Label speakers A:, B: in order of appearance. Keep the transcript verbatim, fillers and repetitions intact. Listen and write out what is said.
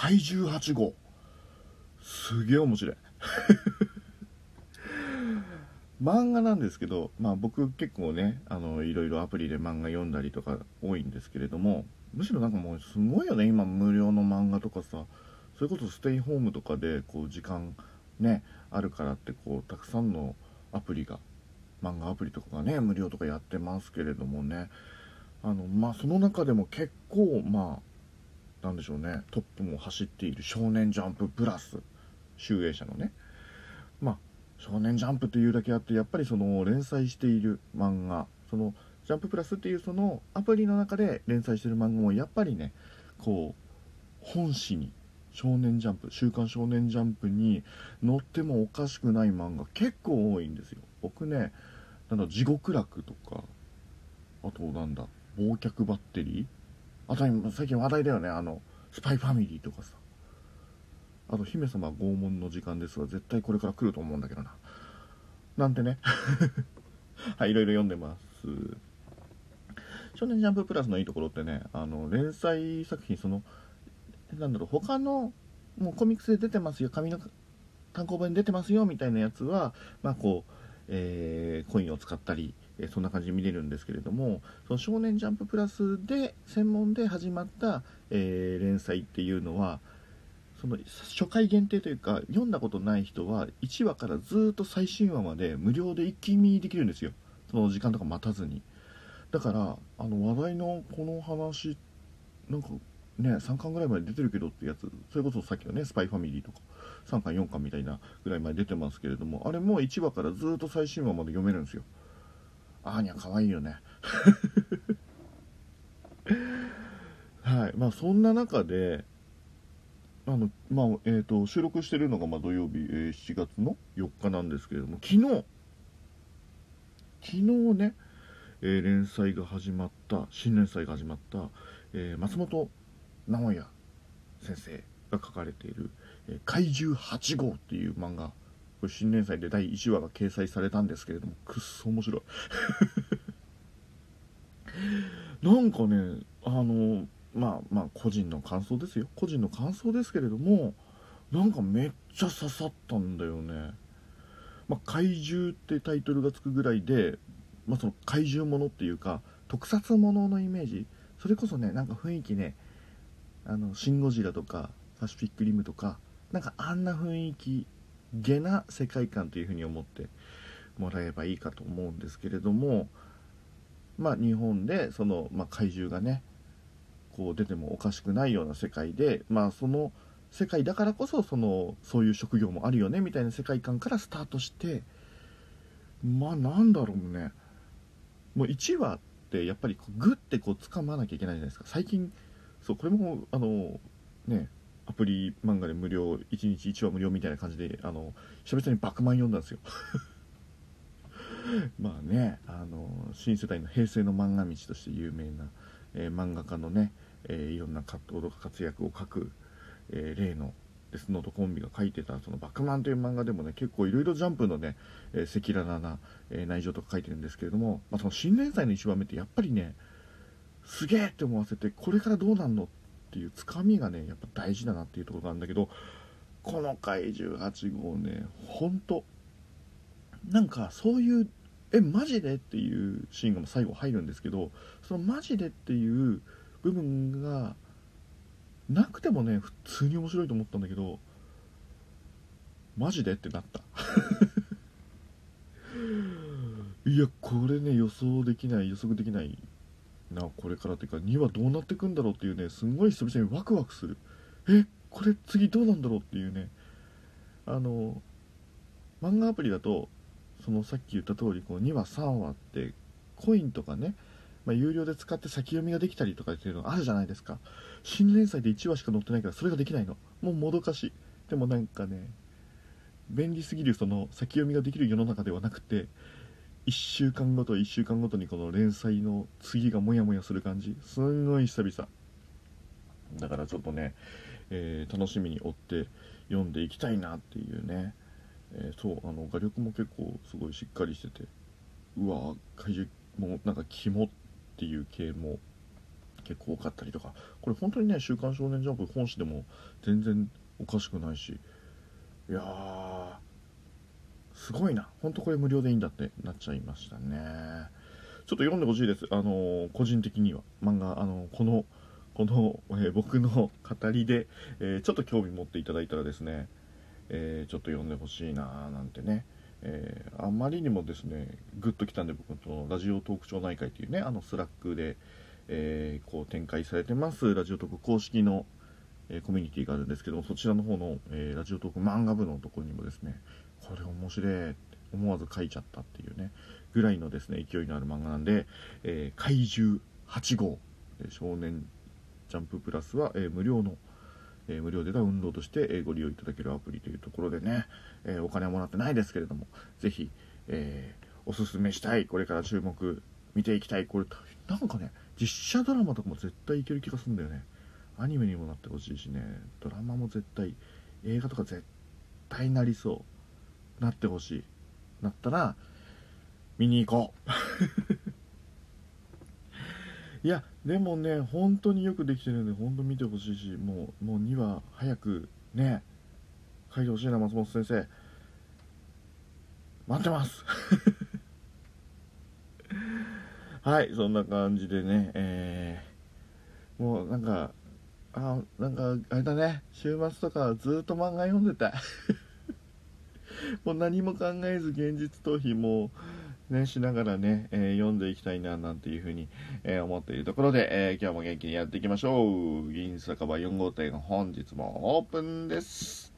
A: 怪獣はち号、すげえ面白い漫画なんですけど、まあ僕結構ね、あのいろいろアプリで漫画読んだりとか多いんですけれども、むしろなんかもうすごいよね、今無料の漫画とかさ、それこそステイホームとかでこう時間ねあるからってこうたくさんのアプリが、漫画アプリとかがね無料とかやってますけれどもね、あのまあその中でも結構まあなんでしょうね、トップも走っている少年ジャンププラス、集英社のね、まあ少年ジャンプというだけあって、やっぱりその連載している漫画、そのジャンププラスっていうそのアプリの中で連載している漫画もやっぱりね、こう本誌に少年ジャンプ、週刊少年ジャンプに載ってもおかしくない漫画結構多いんですよ。僕ね、なんだ地獄楽とか、あとなんだ忘却バッテリー、あと最近話題だよね、あのスパイファミリーとかさ、あと姫様拷問の時間ですが絶対これから来ると思うんだけどな、なんてねはい、いろいろ読んでます。少年ジャンププラスのいいところってね、あの連載作品、そのなんだろう、他のもうコミックスで出てますよ、紙の単行本に出てますよみたいなやつは、まあこう、えーコインを使ったり、えーそんな感じで見れるんですけれども、その少年ジャンププラスで専門で始まった、えー連載っていうのは、その初回限定というか、読んだことない人はいちわからずっと最新話まで無料で一気見できるんですよ、その時間とか待たずに。だからあの話題のこの話、なんかねさんかんぐらいまで出てるけどってやつ、それこそさっきのねスパイファミリーとかさんかんよんかんみたいなぐらいまで出てますけれども、あれもいちわからずっと最新話まで読めるんですよ。アーニャ可愛いよねはい、まあそんな中で、あのまあえー、と収録してるのがまあ土曜日、えーしちがつのよっかなんですけれども、昨日昨日ね、えー連載が始まった、新連載が始まった、えー松本直哉先生が書かれている「えー怪獣はち号」っていう漫画、これ新連載でだいいちわが掲載されたんですけれども、くっそ面白いなんかね、あのまあまあ個人の感想ですよ、個人の感想ですけれども、なんかめっちゃ刺さったんだよね。まあ、怪獣ってタイトルがつくぐらいで、まあ、その怪獣ものっていうか特撮もののイメージ、それこそね、なんか雰囲気ね、あのシン・ゴジラとかパシフィックリムとか、なんかあんな雰囲気げな世界観というふうに思ってもらえばいいかと思うんですけれども、まあ日本でその、まあ、怪獣がねこう出てもおかしくないような世界で、まあその世界だからこそそのそういう職業もあるよねみたいな世界観からスタートして、まあなんだろうね、もういちわってやっぱりこうグッてこう掴まなきゃいけないじゃないですか。最近そうこれもあのねアプリ漫画で無料いちにちいちわ無料みたいな感じで、あの久々にバクマン読んだんですよまあね、あの新世代の平成の漫画道として有名な、えー漫画家のね、えーいろんな葛藤とか活躍を書く、えー例のデスノートコンビが書いてたそのバクマンという漫画でもね、結構いろいろジャンプのね赤裸々な、えー内情とか書いてるんですけれども、まあ、その新連載のいちわめってやっぱりねすげえって思わせて、これからどうなんのっていうつかみがねやっぱ大事だなっていうところなんだけど、この怪獣はち号ね、ほんとなんかそういうえマジでっていうシーンが最後入るんですけど、そのマジでっていう部分がなくてもね普通に面白いと思ったんだけど、マジでってなったいやこれね予想できない、予測できないな、これからっていうかにはどうなっていくんだろうっていうね、すんごい久々にワクワクする。えこれ次どうなんだろうっていうね、あの漫画アプリだとそのさっき言った通りこうにわさんわってコインとかね、まあ、有料で使って先読みができたりとかっていうのがあるじゃないですか。新連載でいちわしか載ってないからそれができないの、もうもどかしい。でもなんかね便利すぎるその先読みができる世の中ではなくて、いっしゅうかんごといっしゅうかんごとにこの連載の次がモヤモヤする感じ、すんごい久々だからちょっとね、えー楽しみに追って読んでいきたいなっていうね、えーそうあの画力も結構すごいしっかりしてて、うわ怪獣もうなんか肝っていう系も結構多かったりとか、これ本当にね週刊少年ジャンプ本誌でも全然おかしくないし、いやーすごいな、本当これ無料でいいんだってなっちゃいましたね。ちょっと読んでほしいです。あのー個人的には漫画、あのーこのこの、えー僕の語りで、えーちょっと興味持っていただいたらですね、えーちょっと読んでほしいななんてね、えーあまりにもですねグッときたんで、僕のラジオトーク町内会というね、あのスラックで、えーこう展開されてますラジオトーク公式の、えーコミュニティがあるんですけども、そちらの方の、えーラジオトーク漫画部のところにもですね、これ面白いって思わず書いちゃったっていうねぐらいのですね勢いのある漫画なんで、えー怪獣はち号、えー少年ジャンププラスは、えー無料の、えー無料でダウンロードして、えーご利用いただけるアプリというところでね、えーお金はもらってないですけれども、ぜひ、えーおすすめしたい、これから注目見ていきたい。これなんかね実写ドラマとかも絶対いける気がするんだよね。アニメにもなってほしいしね、ドラマも絶対、映画とか絶対なりそう、なってほしい、なったら見に行こういやでもね本当によくできてるんで本当見てほしいし、もうもうにわ早くね書いてほしいな、松本先生待ってますはいそんな感じでね、えー、もうなんかあなんかあれだね、週末とかずっと漫画読んでたもう何も考えず現実逃避もねしながらね、えー読んでいきたいななんていうふうに、えー思っているところで、えー今日も元気にやっていきましょう。銀酒場よん号店本日もオープンです。